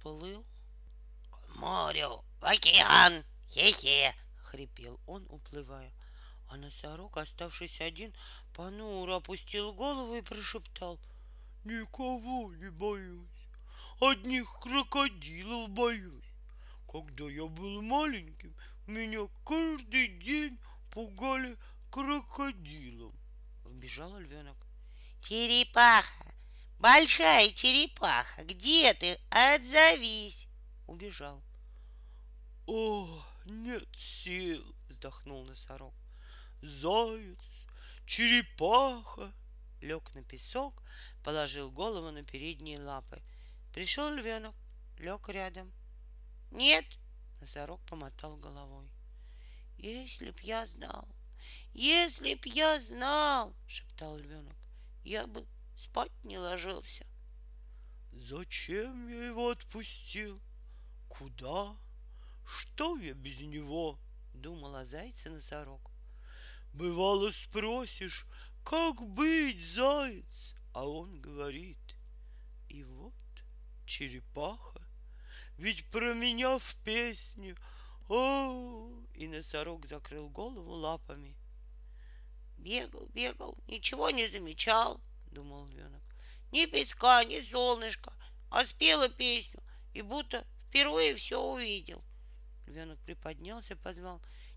уплыл. — К морю, в океан, хе-хе! — хрипел он, уплывая. А носорог, оставшись один, понуро опустил голову и прошептал: — Никого не боюсь, одних крокодилов боюсь. Когда я был маленьким, меня каждый день пугали крокодилом. Вбежал львенок. — Черепаха, большая черепаха, где ты? Отзовись! Убежал. — О, нет сил! — вздохнул носорог. — Заяц, черепаха! Лег на песок, положил голову на передние лапы. Пришел львенок, лег рядом. — Нет, — носорог помотал головой. — Если б я знал, если б я знал, — шептал львенок, — я бы спать не ложился. — Зачем я его отпустил? Куда? Что я без него? — думал о зайце носорог. Бывало, спросишь, как быть, заяц? А он говорит: и вот черепаха, ведь про меня в песне. О! И носорог закрыл голову лапами. Бегал, бегал, ничего не замечал, думал львенок. Ни песка, ни солнышка, а спела песню и будто впервые все увидел. Львенок приподнялся, позвал: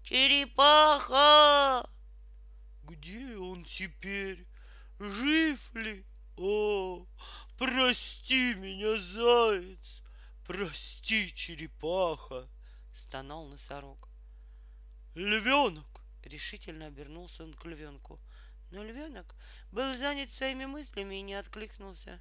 черепаха! Где он теперь? Жив ли? О, прости меня, заяц! Прости, черепаха! Стонал носорог. Львенок! Решительно обернулся он к львенку. Но львенок был занят своими мыслями и не откликнулся.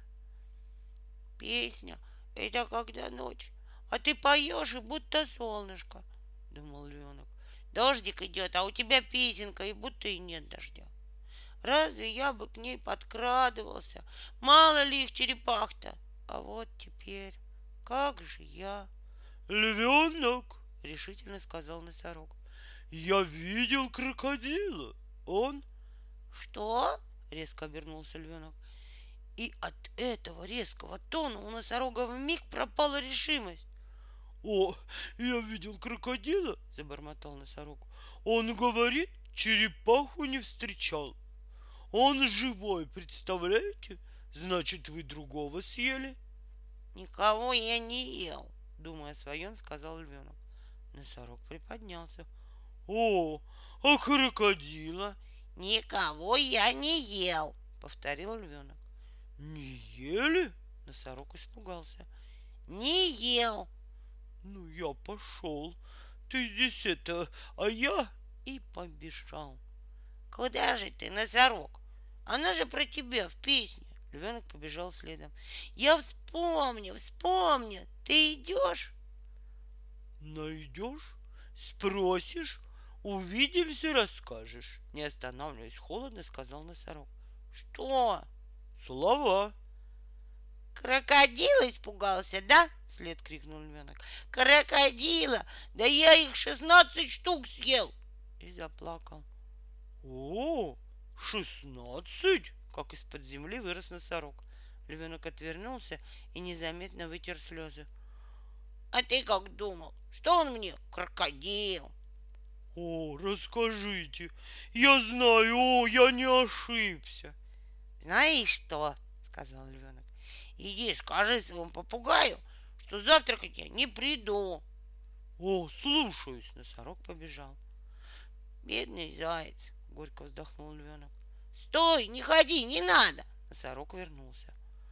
Песня — это когда ночь, а ты поешь, и будто солнышко, думал львенок. Дождик идет, а у тебя песенка, и будто и нет дождя. Разве я бы к ней подкрадывался? Мало ли их черепах-то. А вот теперь как же я? Львенок, решительно сказал носорог. Я видел крокодила. Он... Что? Резко обернулся львенок. И от этого резкого тона у носорога вмиг пропала решимость. О, я видел крокодила, забормотал носорог. Он говорит, черепаху не встречал. Он живой, представляете? Значит, вы другого съели? Никого я не ел, думая о своем, сказал львенок. Носорог приподнялся. О, а крокодила? Никого я не ел, повторил львенок. Не ели? Носорог испугался. Не ел. Ну, я пошел. Ты здесь это, а я... И побежал. Куда же ты, носорог? Она же про тебя в песне. Львенок побежал следом. Я вспомню. Ты идешь? Найдешь? Спросишь? Увидимся, расскажешь. Не останавливаясь, холодно сказал носорог. Что? Слова. Крокодил испугался, да? Вслед крикнул львенок. Крокодила! Да я их 16 штук съел! И заплакал. О, 16! Как из-под земли вырос носорог. Львенок отвернулся и незаметно вытер слезы. А ты как думал? Что он мне? Крокодил. О, расскажите. Я знаю, я не ошибся. Знаешь что? Сказал львенок. Иди скажи своему попугаю, что завтракать я не приду. О, слушаюсь. Носорог побежал. Бедный заяц, горько вздохнул львенок. Стой, не ходи, не надо. Носорог вернулся.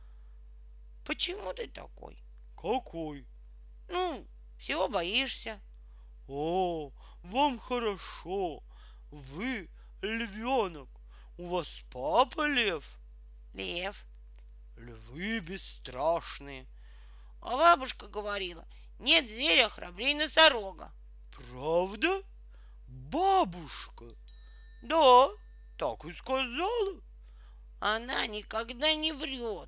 Почему ты такой? Какой? Ну, всего боишься. О, вам хорошо. Вы львенок. У вас папа лев? Лев. Львы бесстрашные. А бабушка говорила, нет зверя храбрее носорога. Правда? Бабушка? Да, так и сказала. Она никогда не врет.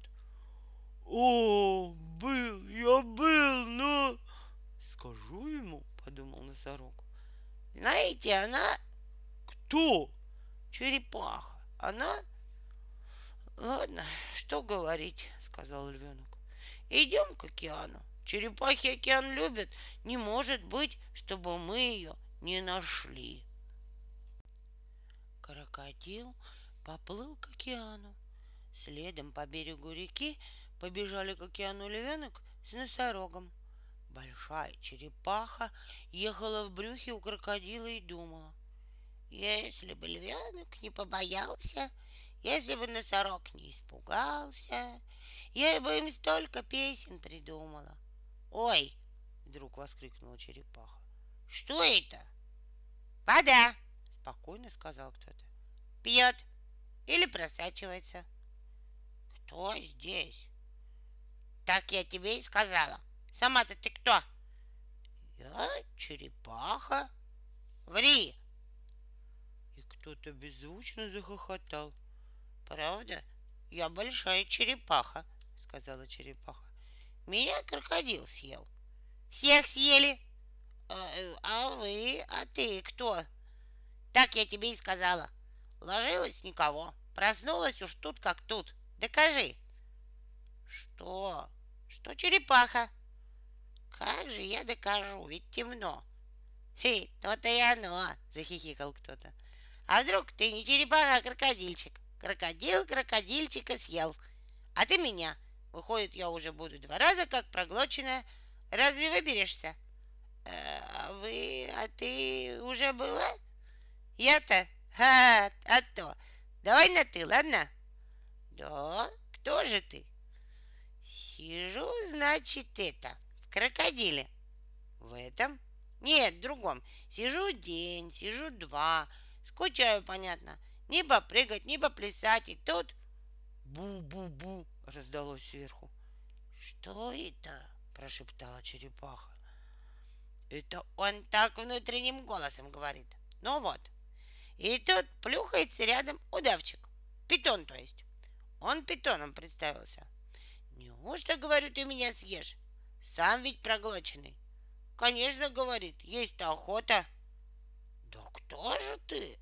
О, я был, но... Скажу ему, подумал носорог. Знаете, она... Кто? Черепаха. Она... Ладно, что говорить, сказал львенок. Идем к океану. Черепахи океан любят. Не может быть, чтобы мы ее не нашли. Крокодил поплыл к океану. Следом по берегу реки побежали к океану львенок с носорогом. Большая черепаха ехала в брюхе у крокодила и думала: если бы львенок не побоялся, если бы носорог не испугался, я бы им столько песен придумала. Ой! Вдруг воскликнула черепаха. Что это? Вода, спокойно сказал кто-то. Пьет или просачивается. Кто здесь? Так я тебе и сказала. Сама-то ты кто? Я черепаха. Ври. И кто-то беззвучно захохотал. Правда? Я большая черепаха, сказала черепаха. Меня крокодил съел. Всех съели. А ты кто? Так я тебе и сказала. Ложилась никого. Проснулась уж тут как тут. Докажи. Что? Что черепаха? Как же я докажу, ведь темно. То-то и оно, захихикал кто-то. А вдруг ты не черепаха, а крокодильчик? Крокодил крокодильчика съел. А ты меня. Выходит, я уже буду 2 раза как проглоченная. Разве выберешься? А ты уже была? Я-то? А то. Давай на ты, ладно? Да? Кто же ты? Сижу, значит, в крокодиле. В этом? Нет, в другом. Сижу день, сижу 2. Скучаю, понятно. Ни попрыгать, ни поплясать. И тут бу-бу-бу раздалось сверху. Что это? Прошептала черепаха. Это он так внутренним голосом говорит. Ну вот. И тут плюхается рядом удавчик. Питон, то есть. Он питоном представился. Неужто, говорю, ты меня съешь? Сам ведь проглоченный. Конечно, говорит, есть-то охота. Да кто же ты?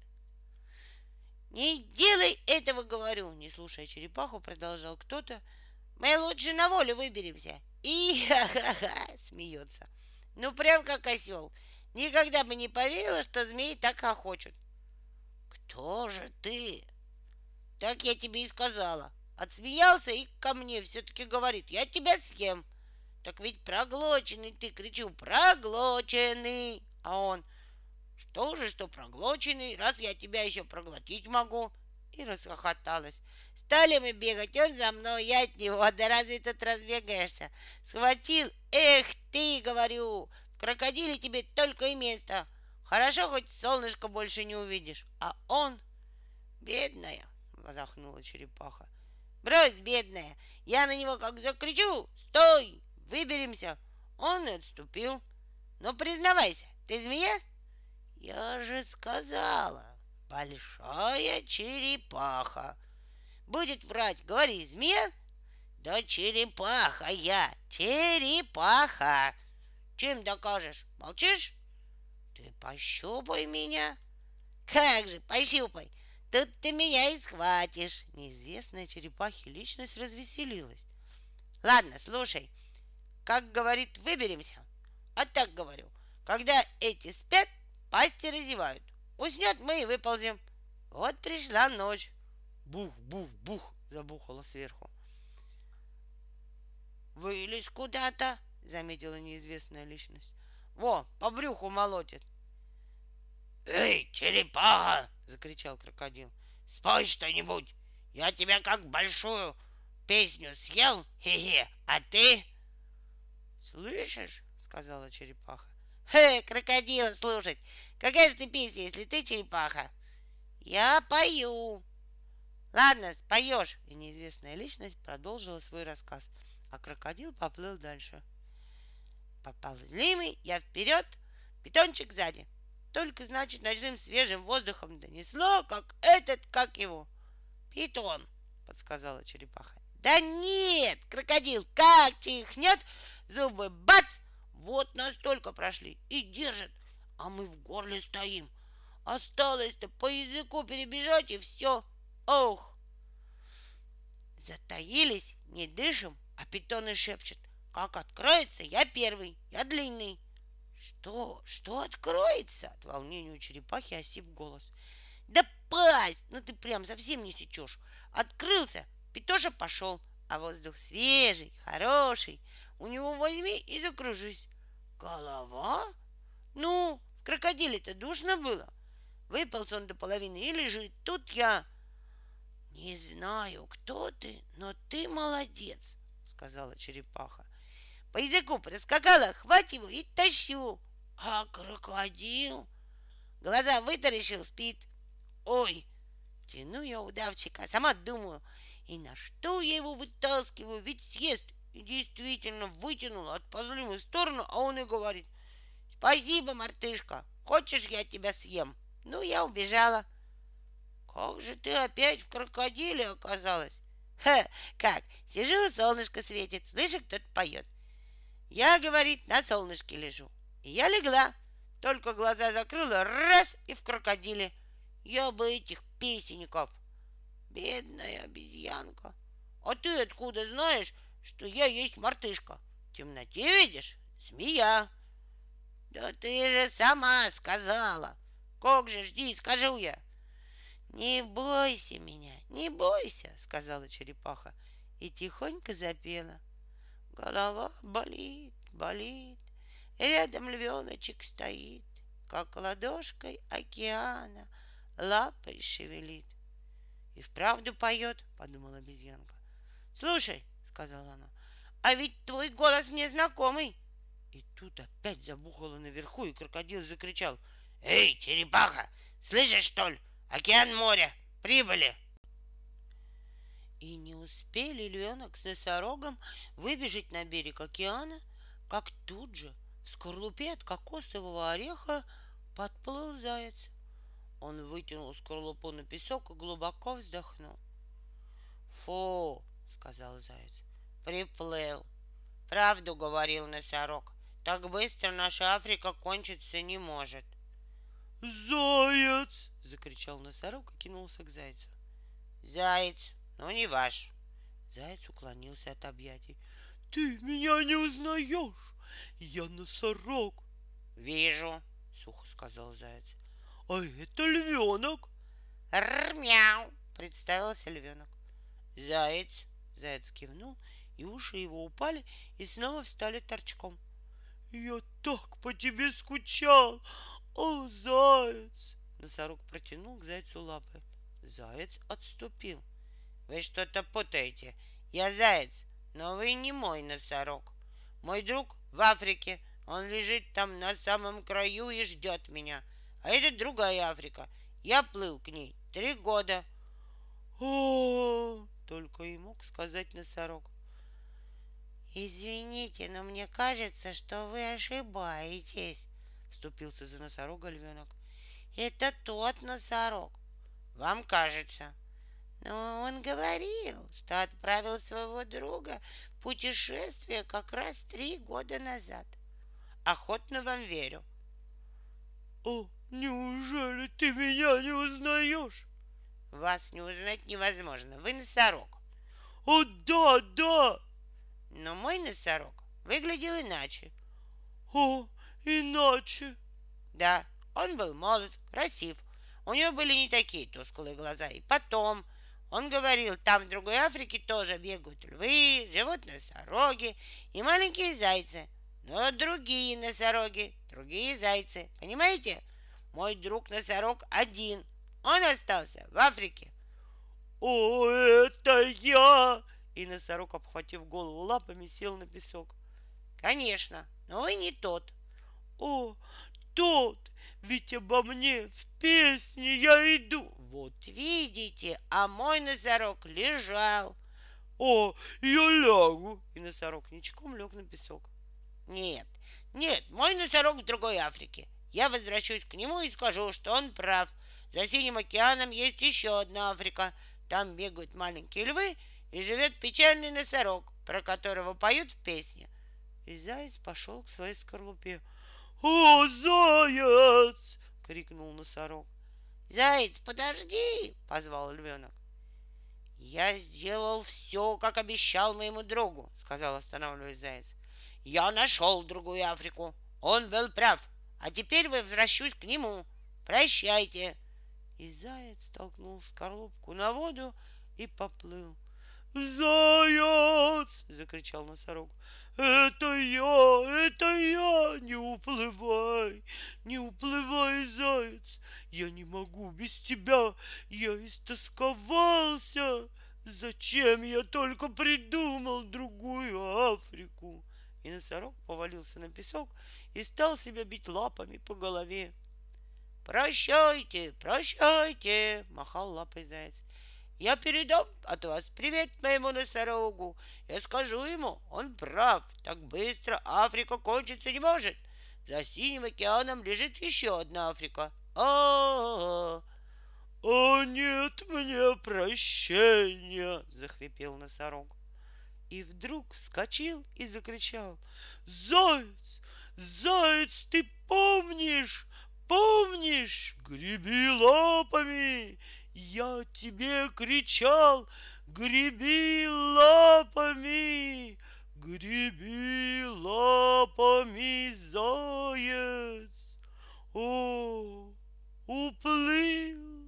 Не делай этого, говорю, не слушая черепаху, продолжал кто-то. Мы лучше на волю выберемся. И ха-ха-ха, смеется. Ну, прям как осел. Никогда бы не поверила, что змеи так хохочут. Кто же ты? Так я тебе и сказала. Отсмеялся и ко мне все-таки говорит: я тебя съем. Так ведь проглоченный ты, кричу, проглоченный. А он: что же, что проглоченный, раз я тебя еще проглотить могу. И расхохоталась. Стали мы бегать, он за мной, я от него. Да разве тут разбегаешься? Схватил, эх ты, говорю, в крокодиле тебе только и место. Хорошо, хоть солнышко больше не увидишь. А он, бедная, вздохнула черепаха. Брось, бедная, я на него как закричу: стой, выберемся. Он и отступил. Ну, признавайся, ты змея? Я же сказала, большая черепаха. Будет врать, говори, змея? Да черепаха я, черепаха. Чем докажешь? Молчишь? Ты пощупай меня. Как же, пощупай. Тут ты меня и схватишь. Неизвестная черепахе личность развеселилась. Ладно, слушай. Как говорит, выберемся? А так говорю. Когда эти спят, пасти разевают. Уснет, мы и выползем. Вот пришла ночь. Бух-бух-бух забухало сверху. Вылез куда-то, заметила неизвестная личность. Во, по брюху молотит. Эй, черепаха! Закричал крокодил. Спой что-нибудь. Я тебя как большую песню съел, хе-хе, а ты... Слышишь? Сказала черепаха. Крокодила слушать. Какая же ты песня, если ты черепаха? Я пою. Ладно, споешь. И неизвестная личность продолжила свой рассказ, а крокодил поплыл дальше. Поползли мы, я вперед, питончик сзади. Только, значит, ночным свежим воздухом донесло, как его. Питон, подсказала черепаха. Да нет, крокодил как чихнет, зубы бац, вот настолько прошли и держит, а мы в горле стоим. Осталось-то по языку перебежать и все. Ох! Затаились, не дышим, а питоны шепчут. Как откроется, я первый, я длинный. Что? Что откроется? От волнения у черепахи осип голос. Да пасть! Ну ты прям совсем не сечешь. Открылся, Петоша пошел, а воздух свежий, хороший. У него возьми и закружись. Голова? Ну, в крокодиле-то душно было. Выполз он до половины и лежит. Тут я... Не знаю, кто ты, но ты молодец, сказала черепаха. По языку проскакала, хвать его и тащу. А крокодил? Глаза вытаращил, спит. Ой, тяну я удавчика, сама думаю, и на что я его вытаскиваю, ведь съест. И действительно вытянул, отползли мы в сторону, а он и говорит: спасибо, мартышка, хочешь, я тебя съем? Ну, я убежала. Как же ты опять в крокодиле оказалась? Ха, как, сижу, солнышко светит, слышу, кто-то поет. Я, говорит, на солнышке лежу. И я легла, только глаза закрыла, раз, и в крокодиле. Я бы этих песенников. Бедная обезьянка. А ты откуда знаешь, что я есть мартышка? В темноте видишь? Змея. Да ты же сама сказала. Как же, жди, скажу я. Не бойся меня, не бойся, сказала черепаха и тихонько запела. Голова болит, болит, рядом львеночек стоит, как ладошкой океана лапой шевелит. И вправду поет, подумала обезьянка. Слушай, сказала она, а ведь твой голос мне знакомый. И тут опять забухало наверху, и крокодил закричал: эй, черепаха, слышишь, что ли? Океан, море, прибыли. И не успели львенок с носорогом выбежать на берег океана, как тут же в скорлупе от кокосового ореха подплыл заяц. Он вытянул скорлупу на песок и глубоко вздохнул. Фу, сказал заяц, приплыл. Правду говорил носорог, так быстро наша Африка кончиться не может. Заяц! Закричал носорог и кинулся к зайцу. Заяц, ну не ваш. Заяц уклонился от объятий. Ты меня не узнаешь? Я носорог. Вижу, сухо сказал заяц. А это львенок. Мяу, представился львенок. Заяц, заяц кивнул, и уши его упали и снова встали торчком. Я так по тебе скучал. О, заяц! Носорог протянул к зайцу лапы. Заяц отступил. Вы что-то путаете. Я заяц, но вы не мой носорог. Мой друг в Африке. Он лежит там на самом краю и ждет меня. А это другая Африка. Я плыл к ней 3 года. О, только и мог сказать носорог. Извините, но мне кажется, что вы ошибаетесь, вступился за носорога львенок. Это тот носорог. Вам кажется. Но он говорил, что отправил своего друга в путешествие как раз 3 года назад. Охотно вам верю. О, неужели ты меня не узнаешь? Вас не узнать невозможно. Вы носорог. О, да, да. Но мой носорог выглядел иначе. О, иначе. Да, он был молод, красив. У него были не такие тусклые глаза. И потом он говорил, там в другой Африке тоже бегают львы, живут носороги и маленькие зайцы. Но другие носороги, другие зайцы. Понимаете? Мой друг носорог один. Он остался в Африке. О, это я! И носорог, обхватив голову лапами, сел на песок. Конечно, но вы не тот. О, тот! Ведь обо мне в песне я иду. Вот видите, а мой носорог лежал. О, я лягу. И носорог ничком лег на песок. Нет, нет, мой носорог в другой Африке. Я возвращусь к нему и скажу, что он прав. За Синим океаном есть еще одна Африка. Там бегают маленькие львы, и живет печальный носорог, про которого поют в песне. И заяц пошел к своей скорлупе. О, заяц! Крикнул носорог. Заяц, подожди! Позвал львенок. Я сделал все, как обещал моему другу, сказал, останавливаясь заяц. Я нашел другую Африку. Он был прав. А теперь возвращусь к нему. Прощайте. И заяц толкнул скорлупку на воду и поплыл. «Заяц!» — закричал носорог. Это я! Не уплывай, заяц! Я не могу без тебя, я истосковался! Зачем я только придумал другую Африку?» И носорог повалился на песок и стал себя бить лапами по голове. «Прощайте, прощайте!» — махал лапой заяц. «Я передам от вас привет моему носорогу. Я скажу ему, он прав. Так быстро Африка кончиться не может. За Синим океаном лежит еще одна Африка. А-а-а!» «А нет мне прощения!» — захрипел носорог. И вдруг вскочил и закричал: «Заяц! Заяц, ты помнишь? Помнишь? Греби лапами! Я тебе кричал! Греби лапами! Греби лапами, заяц! О, уплыл!»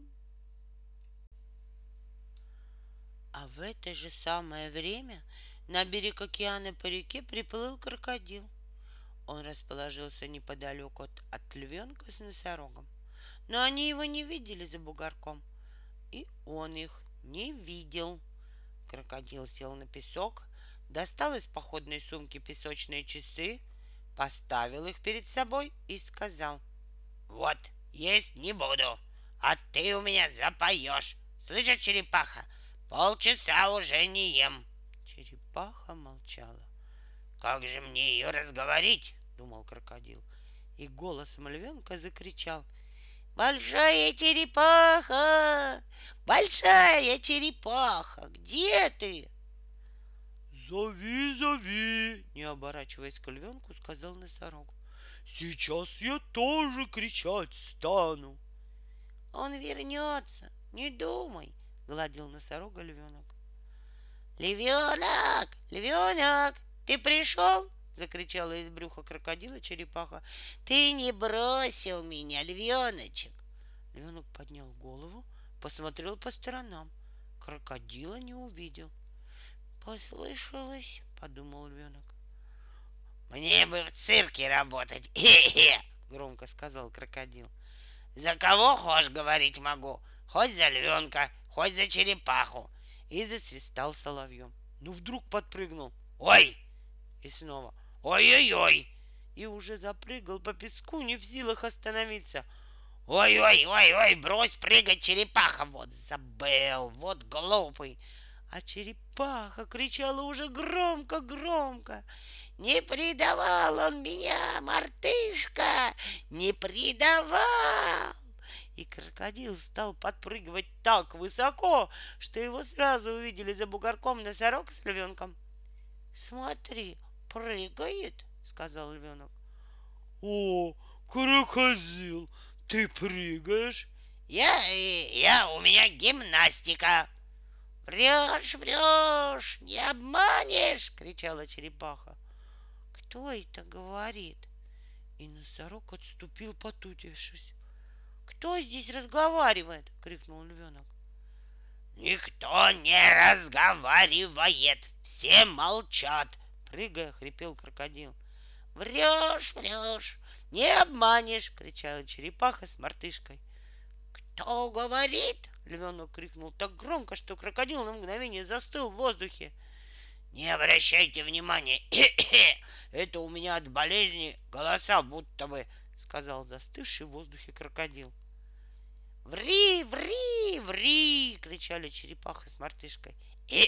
А в это же самое время на берег океана по реке приплыл крокодил. Он расположился неподалеку от львенка с носорогом. Но они его не видели за бугорком, и он их не видел. Крокодил сел на песок, достал из походной сумки песочные часы, поставил их перед собой и сказал: «Вот, есть не буду, а ты у меня запоешь. Слышишь, черепаха, полчаса уже не ем». Черепаха молчала. «Как же мне ее разговорить?» — думал крокодил. И голосом львенка закричал: «Большая черепаха! Большая черепаха! Где ты?» «Зови, зови!» Не оборачиваясь к львенку, сказал носорог. «Сейчас я тоже кричать стану!» «Он вернется, не думай!» — гладил носорога львенок. «Львенок! Львенок! Ты пришел?» — закричала из брюха крокодила черепаха. «Ты не бросил меня, львеночек!» Львенок поднял голову, посмотрел по сторонам. Крокодила не увидел. «Послышалось», — подумал львенок. «Мне бы в цирке работать, хе-хе!» — громко сказал крокодил. «За кого хошь говорить могу, хоть за львенка, хоть за черепаху!» И засвистал соловьем. Но вдруг подпрыгнул. «Ой!» И снова «Ой-ой-ой!» И уже запрыгал по песку, не в силах остановиться. «Ой-ой-ой-ой, брось прыгать, черепаха! Вот забыл, вот глупый!» А черепаха кричала уже громко-громко: «Не предавал он меня, мартышка! Не предавал!» И крокодил стал подпрыгивать так высоко, что его сразу увидели за бугорком носорог с львенком. «Смотри, прыгает!» — сказал львенок. «О, крокодил, ты прыгаешь?» Я, у меня гимнастика!» «Врешь, врешь, не обманешь!» — кричала черепаха. «Кто это говорит?» И носорог отступил, потупившись. «Кто здесь разговаривает?» — крикнул львенок. «Никто не разговаривает, все молчат!» — прыгая, хрипел крокодил. «Врешь, врешь, не обманешь!» — кричала черепаха с мартышкой. «Кто говорит?» — львенок крикнул так громко, что крокодил на мгновение застыл в воздухе. «Не обращайте внимания, это у меня от болезни голоса будто бы», — сказал застывший в воздухе крокодил. «Ври, ври, ври!» — кричали черепаха с мартышкой.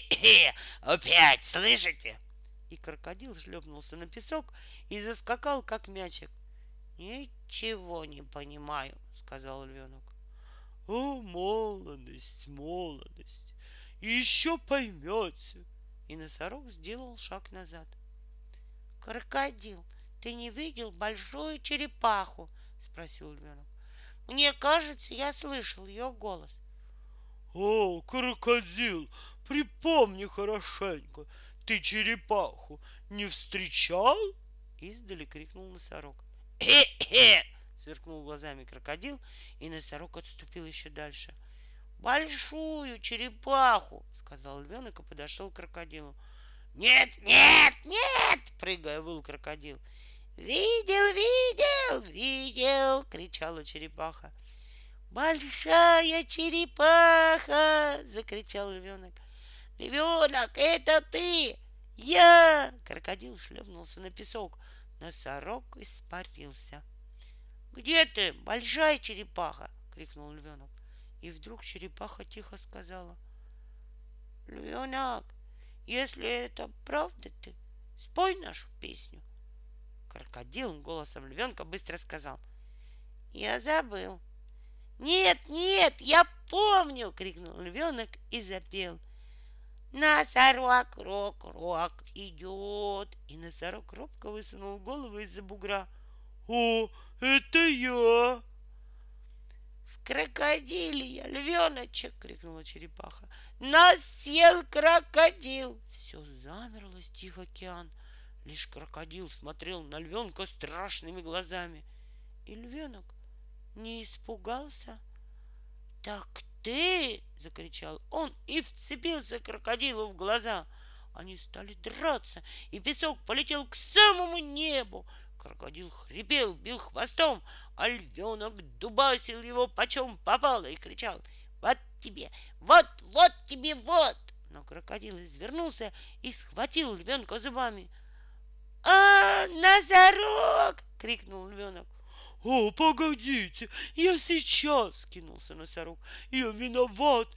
«Опять, слышите?» И крокодил шлепнулся на песок и заскакал, как мячик. «Ничего не понимаю», — сказал львенок. «О, молодость, молодость! Еще поймете!» И носорог сделал шаг назад. «Крокодил, ты не видел большую черепаху?» — спросил львенок. «Мне кажется, я слышал ее голос». «О, крокодил, припомни хорошенько, ты черепаху не встречал? Издали крикнул носорог. «Хе-хе!» — сверкнул глазами крокодил, и носорог отступил еще дальше. «Большую черепаху!» — сказал львенок и подошел к крокодилу. «Нет, нет, нет!» — прыгая, выл крокодил. «Видел, видел, видел!» — кричала черепаха. «Большая черепаха!» — закричал львенок. «Львенок, это ты!» «Я!» — крокодил шлепнулся на песок. Носорог испарился. «Где ты, большая черепаха?» — крикнул львенок. И вдруг черепаха тихо сказала: «Львенок, если это правда ты, спой нашу песню». Крокодил голосом львенка быстро сказал: «Я забыл». «Нет, нет, я помню!» — крикнул львенок и запел: «Носорог, рок, рок идет». И носорог робко высунул голову из-за бугра. О, это я! «В крокодиле я, львеночек!» — крикнула черепаха. «Нас съел крокодил!» Все замерло, стих океан. Лишь крокодил смотрел на львенка страшными глазами. И львенок не испугался. «Так ты!» — закричал он и вцепился крокодилу в глаза. Они стали драться, и песок полетел к самому небу. Крокодил хрипел, бил хвостом, а львенок дубасил его почем попало и кричал: «Вот тебе, вот, вот тебе, вот!» Но крокодил извернулся и схватил львенка зубами. «А, носорог!» — крикнул львенок. О, погодите, я сейчас, кинулся носорог. Я виноват,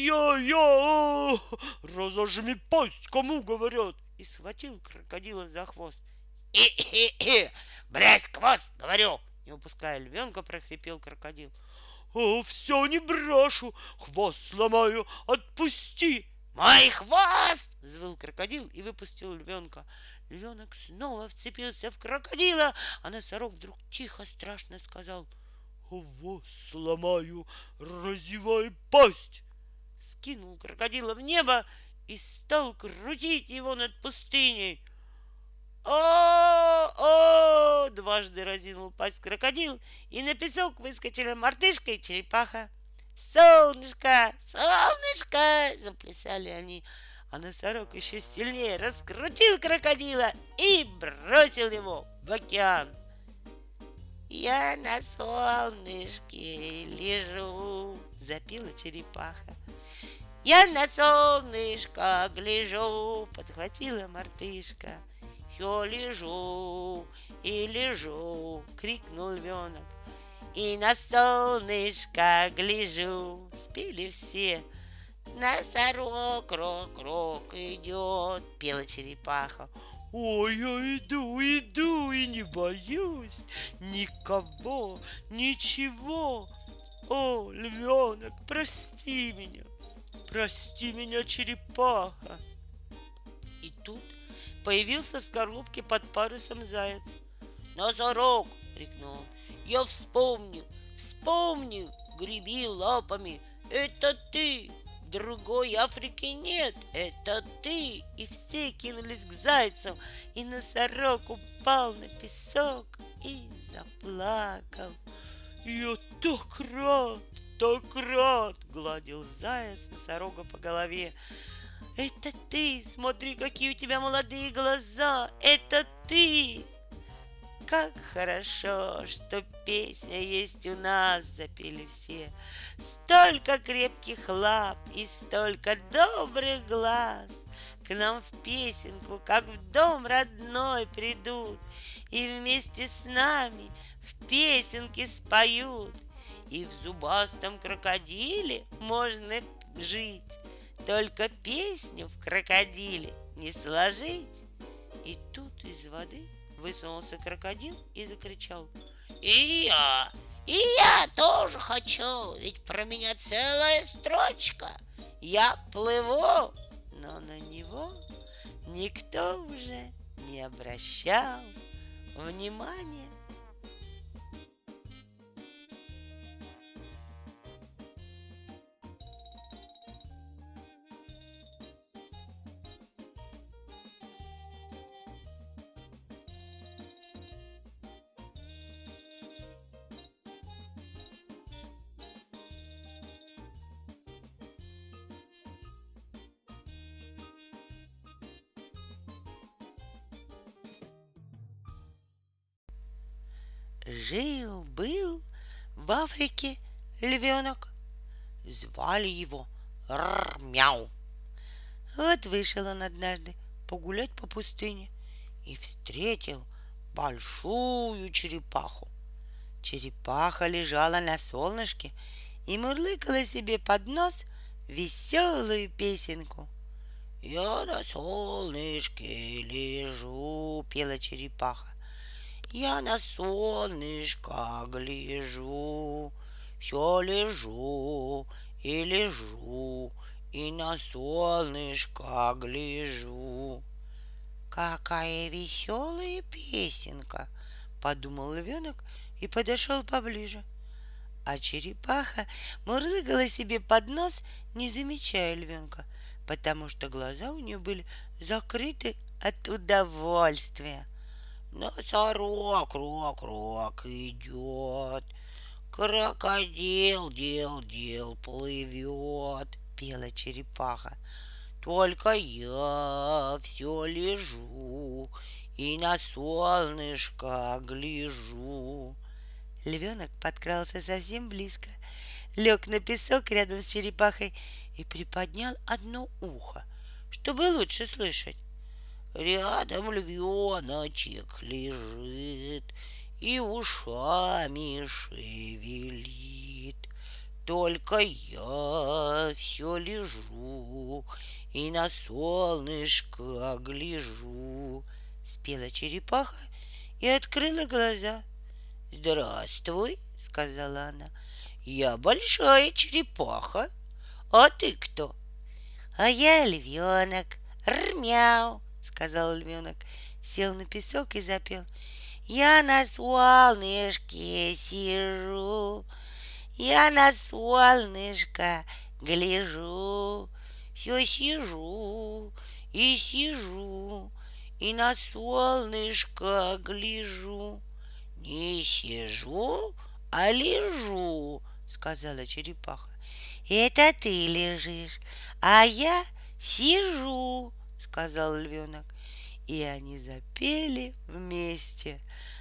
я, разожми пасть, кому говорят. И схватил крокодила за хвост. «И-и-и! Брось хвост, говорю!» Не упуская львенка, прохрипел крокодил. О, все не брошу, хвост сломаю, отпусти. «Мой хвост!» — взвыл крокодил и выпустил львенка. Львенок снова вцепился в крокодила, а носорог вдруг тихо, страшно сказал: «Хвост сломаю, разевай пасть!» Скинул крокодила в небо и стал крутить его над пустыней. «О-о!» — дважды разинул пасть крокодил, и на песок выскочили мартышка и черепаха. «Солнышко! Солнышко!» — заплясали они, а носорог еще сильнее раскрутил крокодила и бросил его в океан. «Я на солнышке лежу», — запела черепаха. «Я на солнышко гляжу», — подхватила мартышка. «Все лежу и лежу», — крикнул львенок. «И на солнышко гляжу», — спели все. «Носорог, рок-рок идет», — пела черепаха. Ой, я иду, иду и не боюсь никого, ничего. О, львенок, прости меня, черепаха. И тут появился в скорлупке под парусом заяц. «Носорог!» — крикнул он. «Я вспомнил, греби лапами, это ты! Другой Африки нет, это ты!» И все кинулись к зайцу, и носорог упал на песок и заплакал. Я так рад, гладил заяц носорога по голове. «Это ты! Смотри, какие у тебя молодые глаза! Это ты!» «Как хорошо, что песня есть у нас!» — запели все. «Столько крепких лап и столько добрых глаз к нам в песенку, как в дом родной придут, и вместе с нами в песенке споют. И в зубастом крокодиле можно жить, только песню в крокодиле не сложить». И тут из воды высунулся крокодил и закричал: «И я тоже хочу, ведь про меня целая строчка. Я плыву». Но на него никто уже не обращал внимания. Жил-был в Африке львенок. Звали его Мяу. Вот вышел он однажды погулять по пустыне и встретил большую черепаху. Черепаха лежала на солнышке и мурлыкала себе под нос веселую песенку. «Я на солнышке лежу», — пела черепаха. «Я на солнышко гляжу, все лежу и лежу, и на солнышко гляжу». «Какая веселая песенка!» — подумал львенок и подошел поближе. А черепаха мурлыкала себе под нос, не замечая львенка, потому что глаза у нее были закрыты от удовольствия. Носорог, рок идет, крокодил, дел плывет, пела черепаха. Только я все лежу и на солнышко гляжу. Львенок подкрался совсем близко, лег на песок рядом с черепахой и приподнял одно ухо, чтобы лучше слышать. Рядом львеночек лежит и ушами шевелит. Только я все лежу и на солнышко гляжу, спела черепаха и открыла глаза. «Здравствуй», — сказала она, — «я большая черепаха. А ты кто?» «А я львенок, Мяу», — сказал львенок, сел на песок и запел. «Я на солнышке сижу, я на солнышко гляжу, все сижу и сижу, и на солнышко гляжу». «Не сижу, а лежу», — сказала черепаха. «Это ты лежишь, а я сижу», — сказал львенок. И они запели вместе.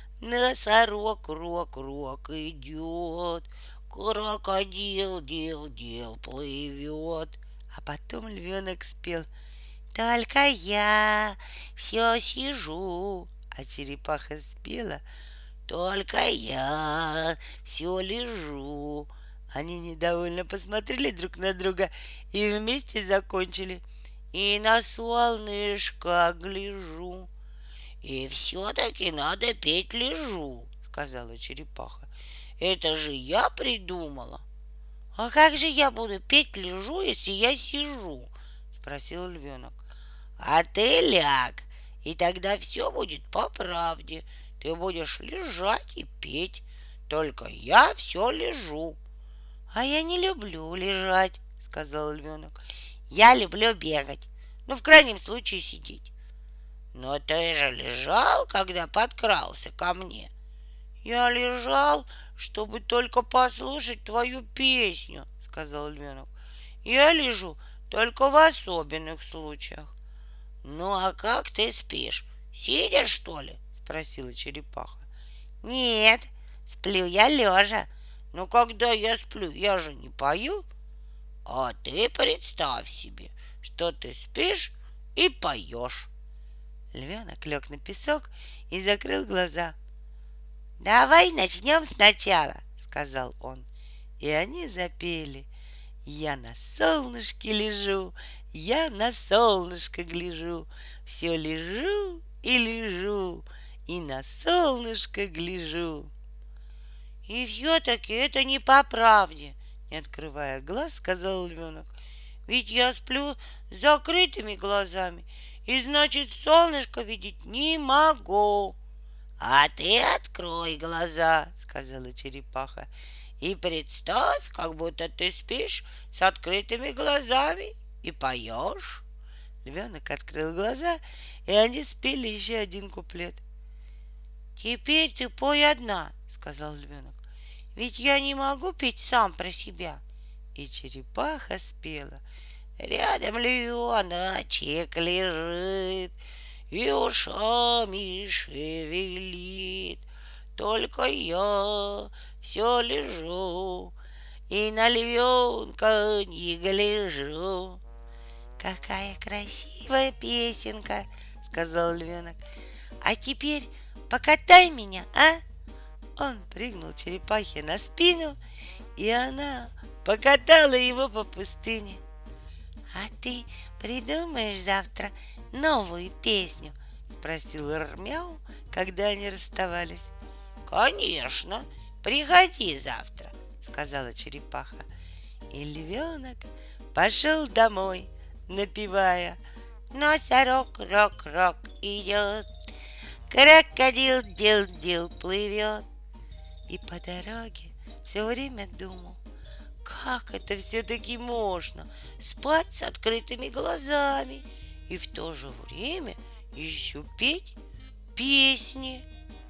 Носорог, рок идет, крокодил, дел плывет. А потом львенок спел: «Только я все сижу», а черепаха спела: «Только я все лежу». Они недовольно посмотрели друг на друга и вместе закончили: «И на солнышко гляжу». «И все-таки надо петь лежу», — сказала черепаха. «Это же я придумала». «А как же я буду петь лежу, если я сижу?» — спросил львенок. «А ты ляг, и тогда все будет по правде. Ты будешь лежать и петь. Только я все лежу». «А я не люблю лежать», — сказал львенок. «Я люблю бегать, ну, в крайнем случае, сидеть». «Но ты же лежал, когда подкрался ко мне». «Я лежал, чтобы только послушать твою песню», — сказал львенок. «Я лежу только в особенных случаях». «Ну, а как ты спишь? Сидя, что ли?» — спросила черепаха. «Нет, сплю я лежа. Но когда я сплю, я же не пою». «А ты представь себе, что ты спишь и поешь». Львенок лег на песок и закрыл глаза. «Давай начнем сначала», — сказал он. И они запели: «Я на солнышке лежу, я на солнышко гляжу, все лежу и лежу, и на солнышко гляжу». «И все-таки это не по правде», — не открывая глаз, сказал львенок. «Ведь я сплю с закрытыми глазами, и значит, солнышко видеть не могу». «А ты открой глаза», — сказала черепаха, «и представь, как будто ты спишь с открытыми глазами и поешь». Львенок открыл глаза, и они спели еще один куплет. «Теперь ты пой одна», — сказал львенок, «ведь я не могу петь сам про себя». И черепаха спела: «Рядом львеночек лежит и ушами шевелит. только я все лежу и на львенка не гляжу. Какая красивая песенка, сказал львенок. А теперь покатай меня, а? Он прыгнул черепахе на спину, и она покатала его по пустыне. А ты придумаешь завтра новую песню? Спросил Рмяу, когда они расставались. Конечно, приходи завтра, сказала черепаха. И львенок пошел домой, напевая: носорог, рок-рок идет, крокодил дил-дил плывет. И по дороге все время думал, как это все-таки можно спать с открытыми глазами и в то же время еще петь песни.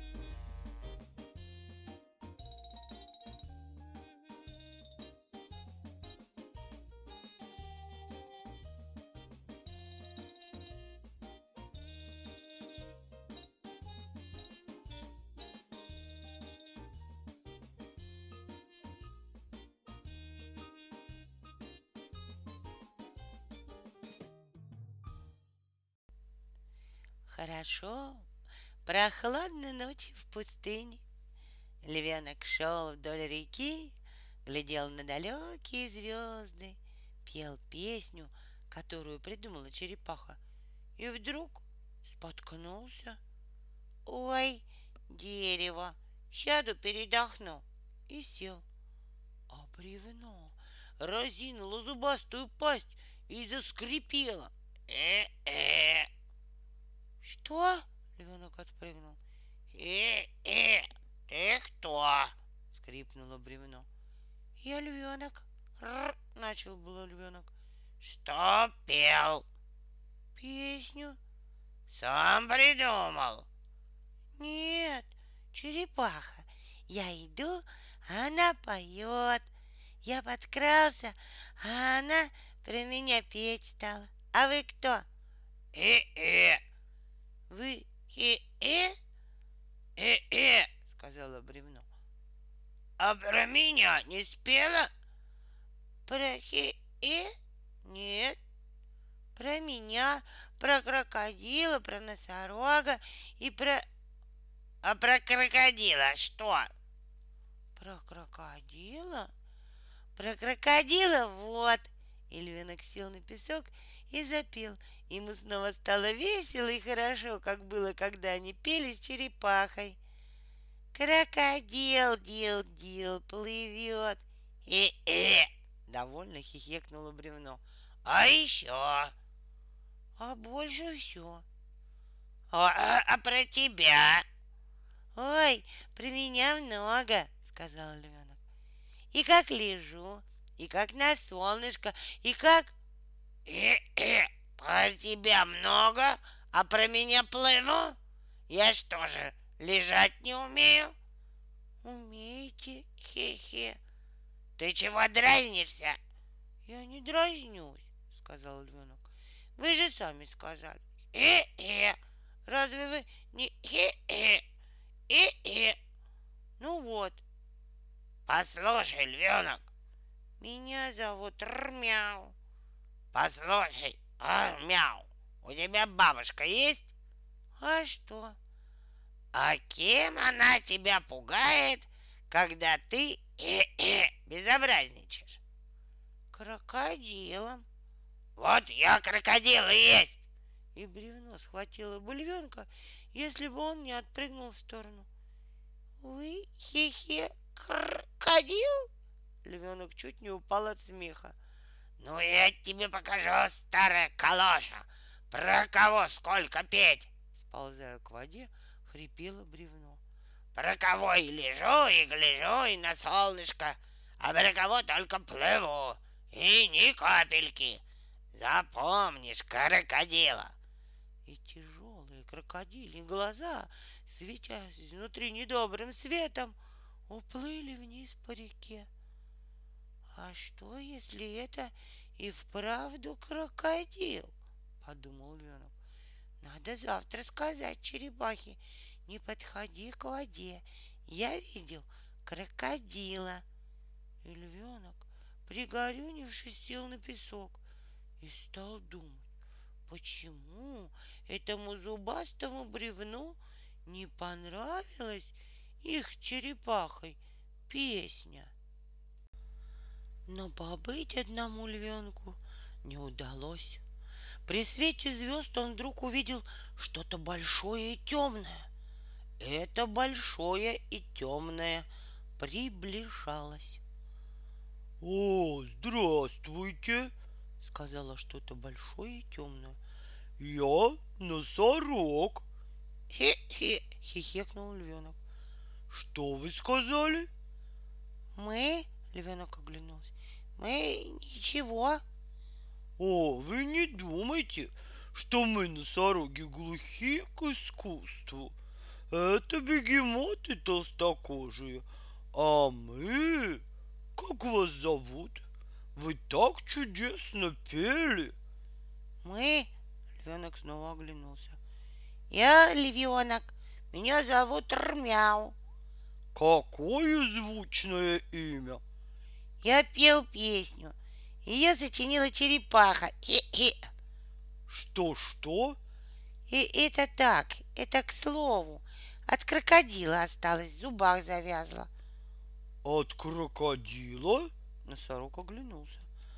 Хорошо, прохладно ночью в пустыне. Львенок шел вдоль реки, глядел на далекие звезды, пел песню, которую придумала черепаха, и вдруг споткнулся. Ой, дерево, сяду передохну. И сел. А бревно разинуло зубастую пасть и заскрипело. Э-э. Что? Львенок отпрыгнул. Э-э, ты кто? Скрипнуло бревно. Я львенок. Р, начал было львенок. Что пел? Песню. Сам придумал. Нет, черепаха. Я иду, а она поет. Я подкрался, а она про меня петь стала. А вы кто? Э-э. Вы хе-э? Э-э, сказала бревно. А про меня не спела? Про хе-э? Нет. Про меня, про крокодила, про носорога и про... А про крокодила что? Про крокодила? Про крокодила вот. И львенок сел на песок и запел. Ему снова стало весело и хорошо, как было, когда они пели с черепахой. Крокодил, дил-дил, плывет. Э-э! Довольно хихикнуло бревно. А еще? А больше все. А про тебя? Ой, про меня много, сказал львенок. И как лежу, и как на солнышко, и как... Про тебя много, а про меня плыву? Я что же, лежать не умею? Умеете, хе-хе. Ты чего дразнишься? Я не дразнюсь, сказал львенок. Вы же сами сказали. Разве вы не хе-хе? Ну вот. Послушай, львенок, меня зовут Рмяу. Послушай, Рмяу, у тебя бабушка есть? А что? А кем она тебя пугает, когда ты безобразничаешь? Крокодилом. Вот я крокодил и есть. И бревно схватило бы львенка, если бы он не отпрыгнул в сторону. Вы хе-хе крокодил? Львенок чуть не упал от смеха. Ну я тебе покажу, старая калоша, про кого сколько петь. Сползая к воде, хрипело бревно. Про кого и лежу, и гляжу, и на солнышко, а про кого только плыву, и ни капельки. Запомнишь крокодила. И тяжелые крокодильи глаза, светясь изнутри недобрым светом, уплыли вниз по реке. А что, если это и вправду крокодил? Подумал львенок. Надо завтра сказать черепахе: не подходи к воде я видел крокодила. И львенок, пригорюнившись, сел на песок и стал думать, почему этому зубастому бревну не понравилась их черепахой песня. Но побыть одному львенку не удалось. При свете звезд он вдруг увидел что-то большое и темное. Это большое и темное приближалось. «О, здравствуйте!» — сказала что-то большое и темное. «Я носорог!» «Хе-хе!» — хихикнул львенок. «Что вы сказали?» «Мы?» — львенок оглянулся. «Мы ничего». «О, вы не думайте, что мы, носороги, глухи к искусству. Это бегемоты толстокожие, а мы... Как вас зовут? Вы так чудесно пели!» «Мы?» — львенок снова оглянулся. «Я львенок. Меня зовут Рмяу. «Какое звучное имя!» Я пел песню. Ее сочинила черепаха. Хе-хе!» «Что-что?» И это так, это к слову. От крокодила осталось, в зубах завязла. «От крокодила? Носорог оглянулся.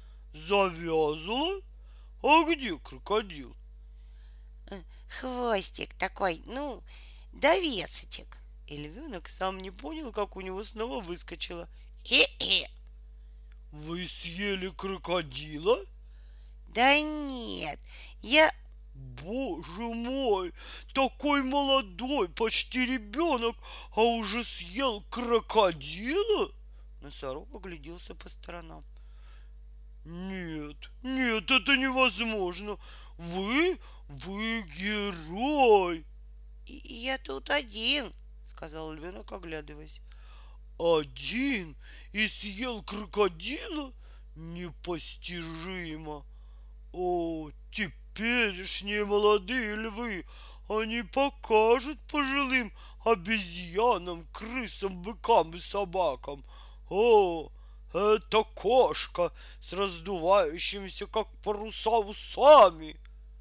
Завязла? А где крокодил?» Хвостик такой, ну, довесочек. И львенок сам не понял, как у него снова выскочило. Хе-хе! «Вы съели крокодила?» Да нет, я... «Боже мой! Такой молодой, почти ребенок, а уже съел крокодила?» Носорог огляделся по сторонам. «Нет, нет, это невозможно! Вы герой!» Я тут один, сказал львенок, оглядываясь. «Один и съел крокодила? Непостижимо! О, теперешние молодые львы, они покажут пожилым обезьянам, крысам, быкам и собакам. О, это кошка с раздувающимися, как паруса, усами!»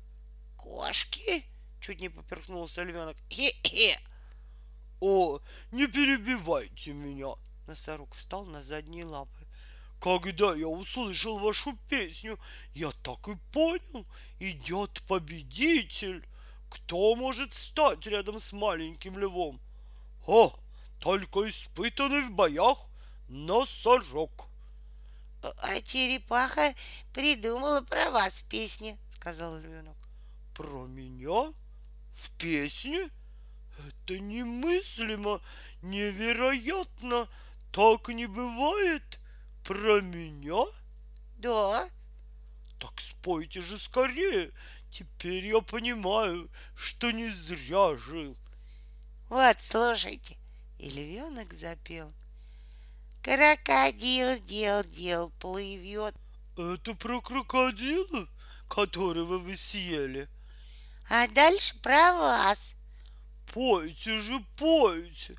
Кошки? Чуть не поперхнулся львенок. Хе-хе! «О, не перебивайте меня!» Носорог встал на задние лапы. «Когда я услышал вашу песню, я так и понял, идет победитель. Кто может встать рядом с маленьким львом? О, только испытанный в боях носорог!» А черепаха придумала про вас в песне, сказал львенок. «Про меня? В песне? Это немыслимо, невероятно, так не бывает. Про меня? Да, Так спойте же скорее. Теперь я понимаю, что не зря жил». вот, слушайте. И львенок запел. Крокодил дел плывет, Это про крокодила, которого вы съели? а дальше про вас. Пойте же, пойте.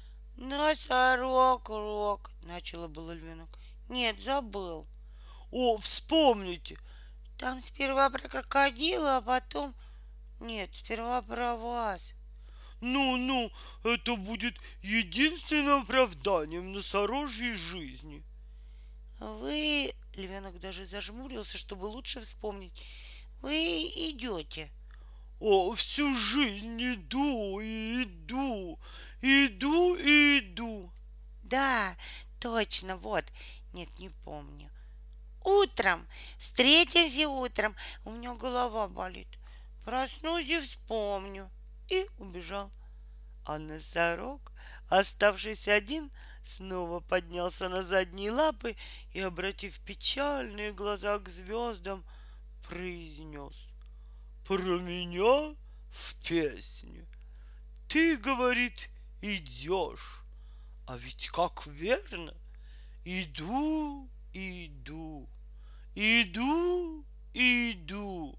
Носорог, рок, начало было львенок. Нет, забыл. О, вспомните. Там сперва про крокодила, а потом... Нет, сперва про вас. Ну, это будет единственным оправданием носорожьей жизни. Вы... Львенок даже зажмурился, чтобы лучше вспомнить. Вы идете. О, всю жизнь иду и иду, иду и иду. Да, точно, вот. Нет, не помню. Утром. Встретимся утром. У меня голова болит. Проснусь и вспомню. И убежал. А носорог, оставшись один, снова поднялся на задние лапы и, обратив печальные глаза к звездам, произнес: Про меня в песне. Ты, говорит, идешь. А ведь как верно. Иду, иду, иду, иду.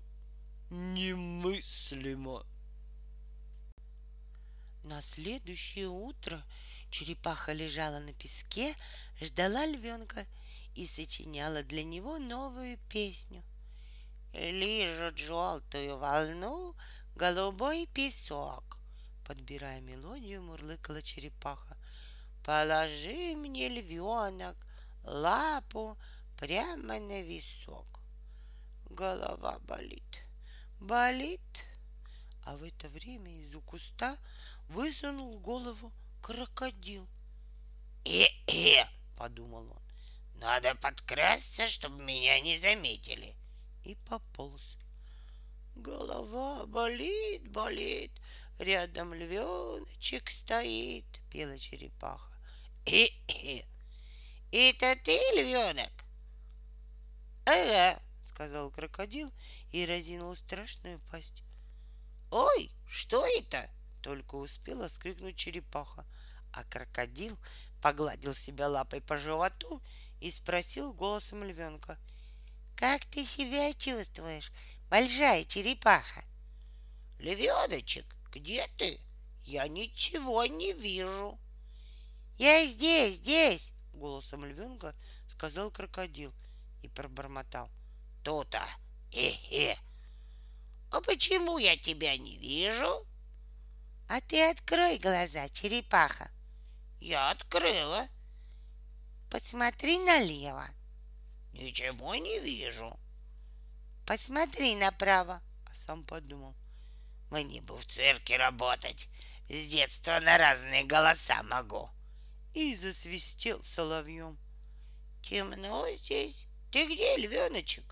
Немыслимо. На следующее утро Черепаха лежала на песке, ждала львенка и сочиняла для него новую песню. Лижет желтую волну голубой песок. Подбирая мелодию, мурлыкала черепаха. Положи мне, львенок, лапу прямо на висок. Голова болит, болит. А в это время из-за куста высунул голову крокодил. «Э-э!» — подумал он. «Надо подкрасться, чтобы меня не заметили». И пополз. Голова болит, болит, рядом львеночек стоит, пела черепаха. «Э-э! Это ты, львенок?» «Ага», — сказал крокодил и разинул страшную пасть. «Ой, что это?» — только успела вскрикнуть черепаха, а крокодил погладил себя лапой по животу и спросил голосом львенка: «Как ты себя чувствуешь, большая черепаха?» «Львеночек, где ты? Я ничего не вижу». «Я здесь, здесь!» — голосом львенка сказал крокодил и пробормотал: «То-то! Э-э! А почему я тебя не вижу?» «А ты открой глаза, черепаха». «Я открыла». «Посмотри налево». «Ничего не вижу». «Посмотри направо». А сам подумал: «Мне бы в цирке работать. С детства на разные голоса могу». И засвистел соловьем. «Темно здесь. Ты где, львеночек?»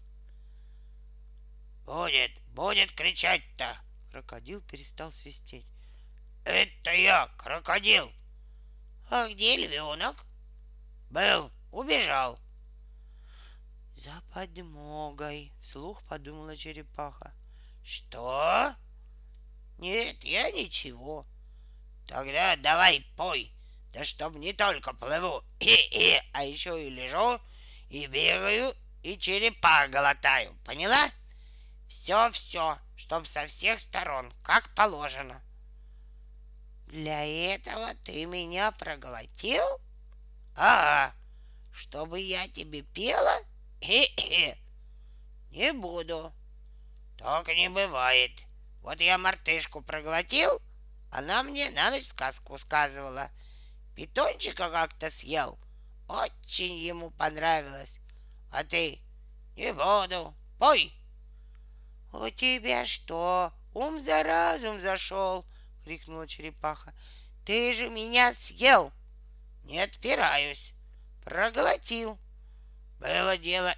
Будет кричать-то!» Крокодил перестал свистеть. «Это я, крокодил!» «А где львенок?» «Был, убежал». «За подмогой», — вслух подумала черепаха. «Что?» «Нет, я ничего». «Тогда давай пой, да чтоб не только плыву, а еще и лежу, и бегаю, и черепах глотаю, поняла? Все, чтоб со всех сторон, как положено». «Для этого ты меня проглотил?» «Ага, чтобы я тебе пела? Не буду». «Так не бывает. Вот я мартышку проглотил, она мне на ночь сказку сказывала. Питончика как-то съел, очень ему понравилось. А ты? Не буду. Пой!» «У тебя что, ум за разум зашел?» — крикнула черепаха. «Ты же меня съел!» «Не отпираюсь. Проглотил. Было дело.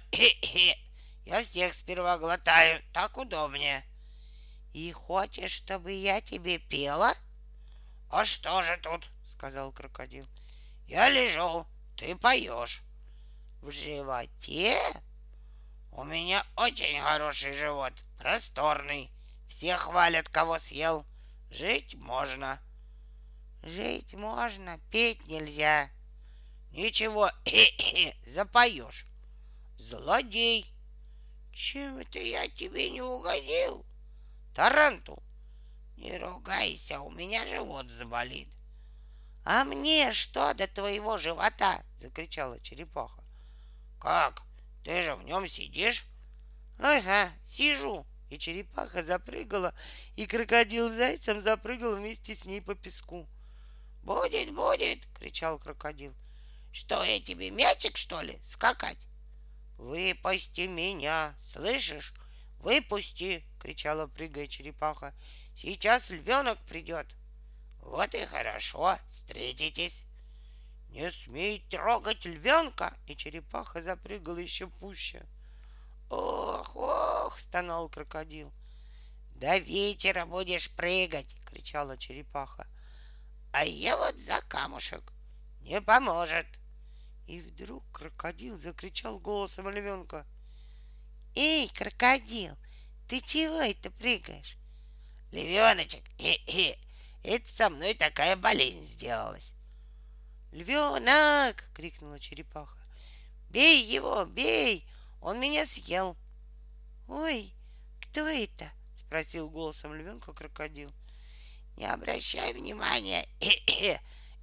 Я всех сперва глотаю, так удобнее». «И хочешь, чтобы я тебе пела?» «А что же тут?» — сказал крокодил. «Я лежу, ты поешь». «В животе?» «У меня очень хороший живот, просторный. Все хвалят, кого съел. Жить можно». «Жить можно, петь нельзя». «Ничего, запоешь». «Злодей». «Чем это я тебе не угодил?» «Тарантул». «Не ругайся, у меня живот заболит». «А мне что до твоего живота?» — закричала черепаха. «Как? Ты же в нем сидишь?» «Ага, сижу». И черепаха запрыгала, и крокодил зайцем запрыгал вместе с ней по песку. «Будет, будет!» — кричал крокодил. «Что, я тебе мячик, что ли, скакать?» «Выпусти меня, слышишь? Выпусти!» — кричала, прыгая черепаха. «Сейчас львенок придет». «Вот и хорошо, встретитесь». «Не смей трогать львенка!» И черепаха запрыгала еще пуще. «Ох, ох!» — стонал крокодил. «До вечера будешь прыгать!» — кричала черепаха. «А я вот за камушек». «Не поможет». И вдруг крокодил закричал голосом львенка: «Эй, крокодил, ты чего это прыгаешь?» «Львеночек, это со мной такая болезнь сделалась». «Львенок!» — крикнула черепаха. «Бей его, бей! Он меня съел!» «Ой, кто это?» — спросил голосом львенка крокодил. «Не обращай внимания,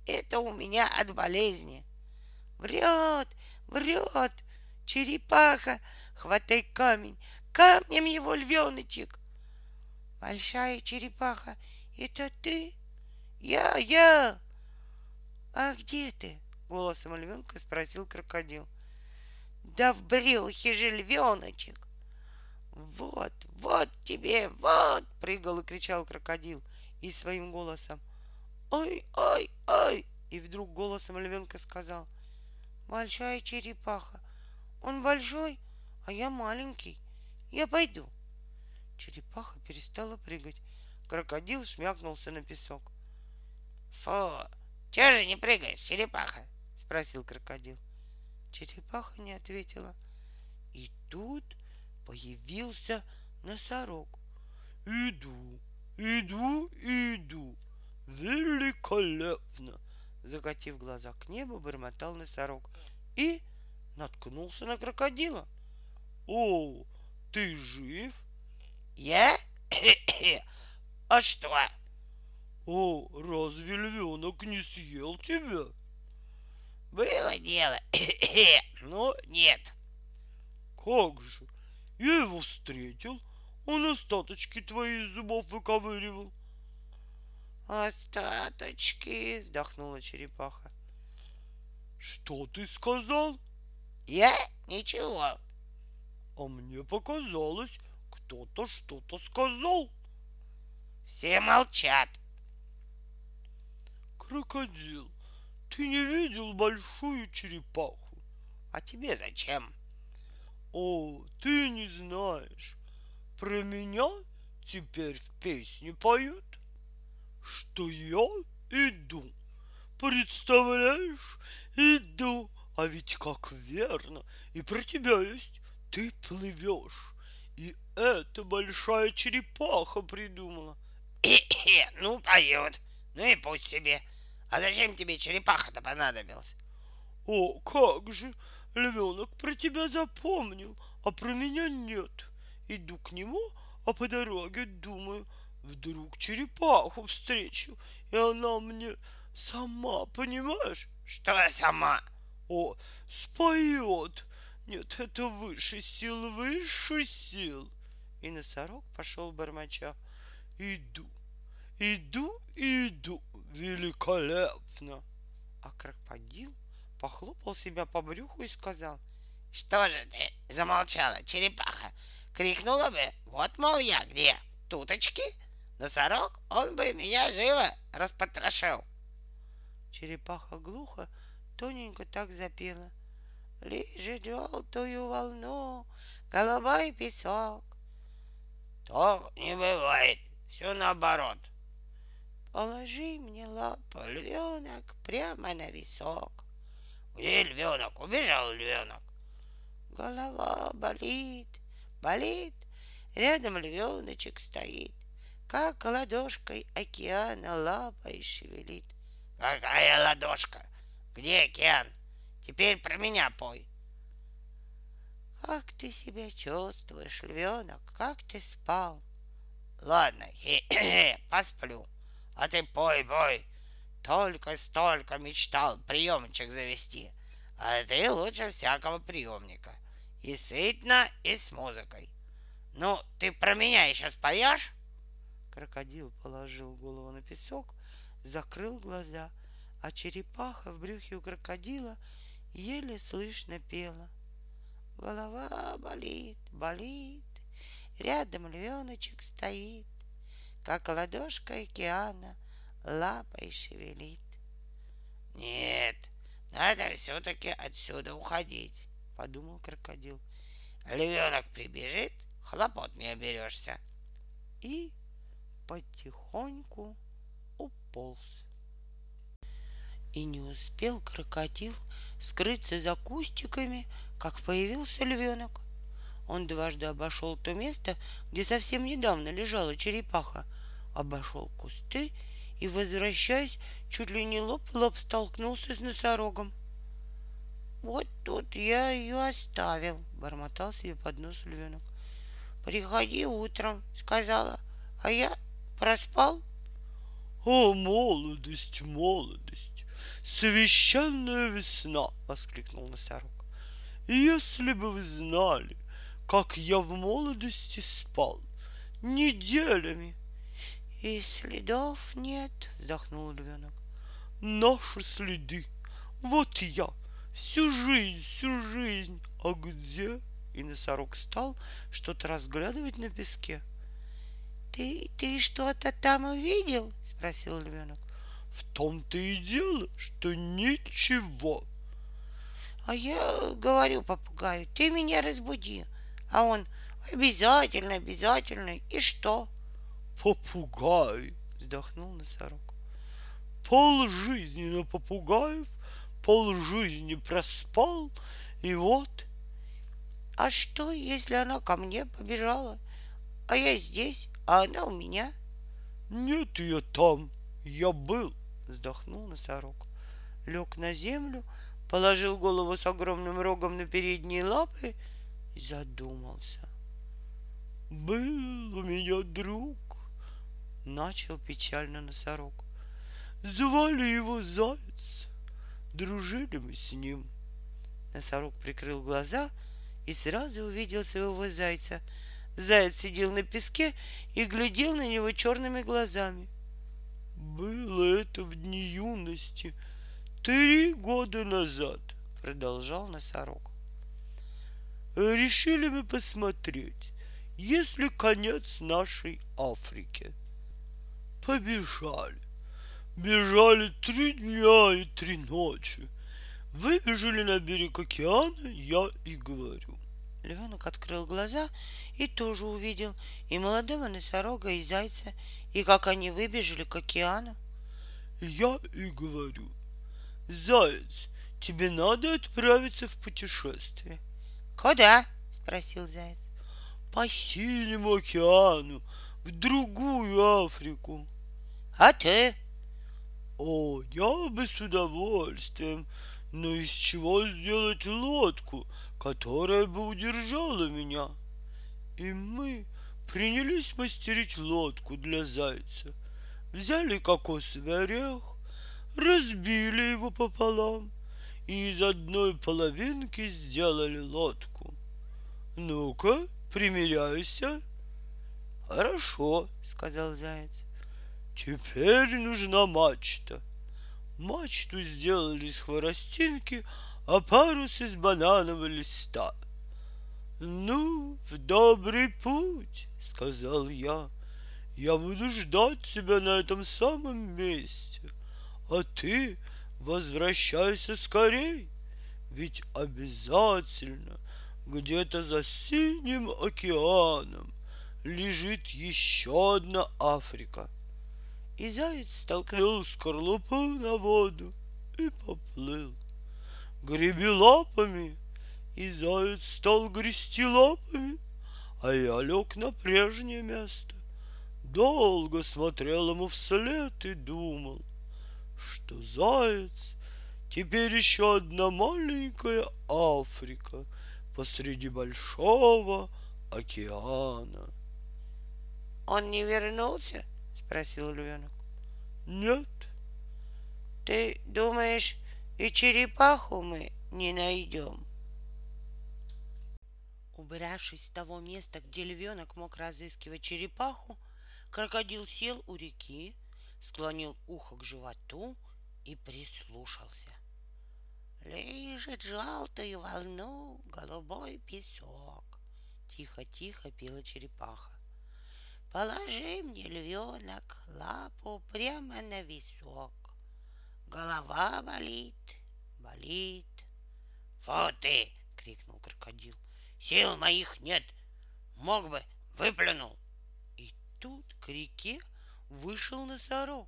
Это у меня от болезни. Врет, врет, черепаха, хватай камень, камнем его, львеночек. Большая черепаха, это ты? Я. А где ты? Голосом львенка спросил крокодил. Да в брюхе же львеночек. Вот, вот тебе, вот, прыгал и кричал крокодил. И своим голосом. Ой, ой, ой. И вдруг голосом львенка сказал. Большая черепаха. Он большой, а я маленький. Я пойду. Черепаха перестала прыгать. Крокодил шмякнулся на песок. Фу, чего же не прыгаешь, черепаха? Спросил крокодил. Черепаха не ответила. И тут появился носорог. Иду, иду. Великолепно. Закатив глаза к небу, бормотал носорог и наткнулся на крокодила. О, ты жив? Я? А что? О, разве львенок не съел тебя? Было дело. Ну, нет. Как же? Я его встретил. Он остаточки твои из зубов выковыривал. Остаточки, вздохнула черепаха. Что ты сказал? Я? Ничего. А мне показалось, кто-то что-то сказал. Все молчат. Крокодил, ты не видел большую черепаху? А тебе зачем? О, ты не знаешь. Про меня теперь в песне поют, что я иду. Представляешь, иду. А ведь как верно. И про тебя есть. Ты плывешь. И эта большая черепаха придумала. Ну, поет. Ну и пусть себе. А зачем тебе черепаха-то понадобилась? О, как же! Львенок про тебя запомнил, а про меня нет. Иду к нему, а по дороге думаю, вдруг черепаху встречу, и она мне сама, понимаешь? Что сама? О, споет. Нет, это выше сил, выше сил. И носорог пошел бормоча. Иду, иду, великолепно. А крокодил похлопал себя по брюху и сказал. Что же ты замолчала, черепаха? Крикнула бы, вот, мол, я где? Туточки? Носорог, он бы меня живо распотрошил. Черепаха глухо, тоненько так запела. Лижет желтую волну голубой песок. Так не бывает, все наоборот. Положи мне лапу, львенок, прямо на висок. Где львенок? Убежал львенок. Голова болит, болит. Рядом львеночек стоит, как ладошкой океана лапой шевелит. Какая ладошка? Где океан? Теперь про меня пой. Как ты себя чувствуешь, львенок? Как ты спал? Ладно, посплю. А ты пой, пой. Только столько мечтал приемчик завести. А ты лучше всякого приемника. И сытно, и с музыкой. Ну, ты про меня еще споешь? Крокодил положил голову на песок, закрыл глаза, а черепаха в брюхе у крокодила еле слышно пела. Голова болит, болит, рядом львеночек стоит, как ладошка океана лапой шевелит. Нет, надо все-таки отсюда уходить, подумал крокодил. Львенок прибежит, хлопот не оберешься. И потихоньку уполз. И не успел крокодил скрыться за кустиками, как появился львенок. Он дважды обошел то место, где совсем недавно лежала черепаха, обошел кусты и, возвращаясь, чуть ли не лоб в лоб столкнулся с носорогом. Вот тут я ее оставил, бормотал себе под нос львенок. Приходи утром, сказала, а я проспал. О, молодость, молодость! священная весна!» — воскликнул носорог. «Если бы вы знали, как я в молодости спал, неделями!» И следов нет, вздохнул львенок. «Наши следы! Вот я! Всю жизнь! А где?» И носорог стал что-то разглядывать на песке. Ты что-то там увидел? Спросил львенок. «В том-то и дело, что ничего!» А я говорю попугаю, ты меня разбуди. А он, обязательно, обязательно. И что? «Попугай!» — вздохнул носорог. «Полжизни на попугаев, полжизни проспал, и вот...» А что, если она ко мне побежала? А я здесь, а она у меня. «Нет ее там, я был!» — вздохнул носорог. Лег на землю, положил голову с огромным рогом на передние лапы и задумался. «Был у меня друг», — начал печально носорог. «Звали его Заяц. Дружили мы с ним». Носорог прикрыл глаза и сразу увидел своего зайца. Заяц сидел на песке и глядел на него черными глазами. «Было это в дни юности, 3 года назад», — продолжал носорог. «Решили мы посмотреть, есть ли конец нашей Африке. Побежали. Бежали 3 дня и 3 ночи. Выбежали на берег океана, я и говорю». Львенок открыл глаза и тоже увидел и молодого носорога, и зайца, и как они выбежали к океану. Я и говорю: «Заяц, тебе надо отправиться в путешествие». Куда? Спросил заяц. «По синему океану, в другую Африку». А ты? «О, я бы с удовольствием, но из чего сделать лодку, которая бы удержала меня?» И мы принялись мастерить лодку для зайца. Взяли кокосовый орех, разбили его пополам и из одной половинки сделали лодку. «Ну-ка, примиряйся». «Хорошо», — сказал заяц. «Теперь нужна мачта». Мачту сделали из хворостинки, а парус из бананового листа. «Ну, в добрый путь», — сказал я. «Я буду ждать тебя на этом самом месте, а ты возвращайся скорей, ведь обязательно где-то за синим океаном лежит еще одна Африка». И заяц столкнул скорлупу на воду и поплыл. «Греби лапами», и заяц стал грести лапами, а я лег на прежнее место. Долго смотрел ему вслед и думал, что заяц теперь еще одна маленькая Африка посреди большого океана. Он не вернулся? Спросил львенок. Нет, Ты думаешь, и черепаху мы не найдем? Убравшись с того места, где львенок мог разыскивать черепаху, крокодил сел у реки, склонил ухо к животу и прислушался. Лежит желтую волну голубой песок. Тихо-тихо пела черепаха. Положи мне, львенок, лапу прямо на висок. Голова болит, болит. Фу ты! Крикнул крокодил. Сил моих нет. Мог бы, выплюнул. И тут к реке вышел носорог.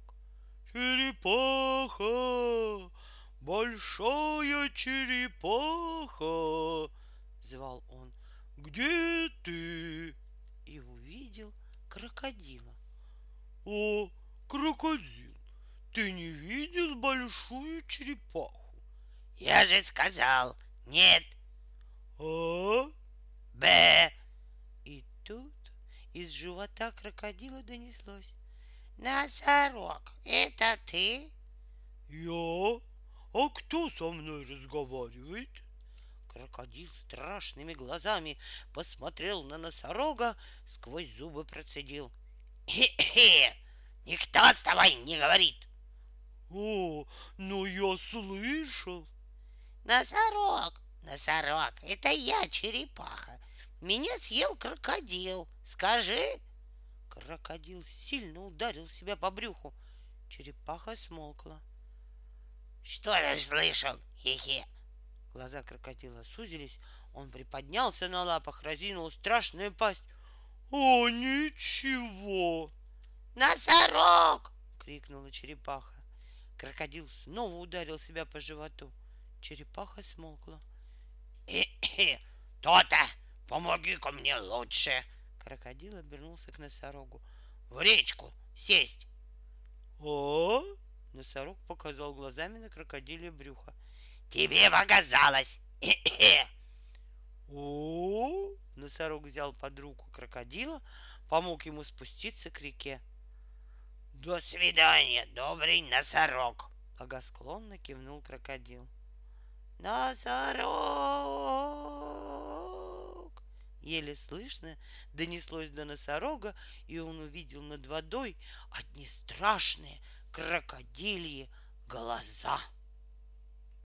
черепаха, большая черепаха, Звал он. где ты? И увидел крокодила. О, крокодил, ты не видел большую черепаху? Я же сказал, нет. А? Б. И тут из живота крокодила донеслось. Носорог, это ты? Я? кто со мной разговаривает? Крокодил страшными глазами посмотрел на носорога, сквозь зубы процедил. Хе-хе, никто с тобой не говорит. О, но я слышал. Носорог, носорог, это я, черепаха. Меня съел крокодил. Скажи. Крокодил сильно ударил себя по брюху. Черепаха смолкла. Что ты слышал? Хе-хе. Глаза крокодила сузились. Он приподнялся на лапах, разинул страшную пасть. О, ничего. Носорог! Крикнула черепаха. Крокодил снова ударил себя по животу. Черепаха смолкла. То-то! Помоги-ка мне лучше! Крокодил обернулся к носорогу. В речку сесть! А? Носорог показал глазами на крокодиле брюхо. Тебе показалось! О? Носорог взял под руку крокодила, помог ему спуститься к реке. До свидания, добрый носорог! Благосклонно кивнул крокодил. Носорог! Еле слышно донеслось до носорога, и он увидел над водой одни страшные крокодильи глаза.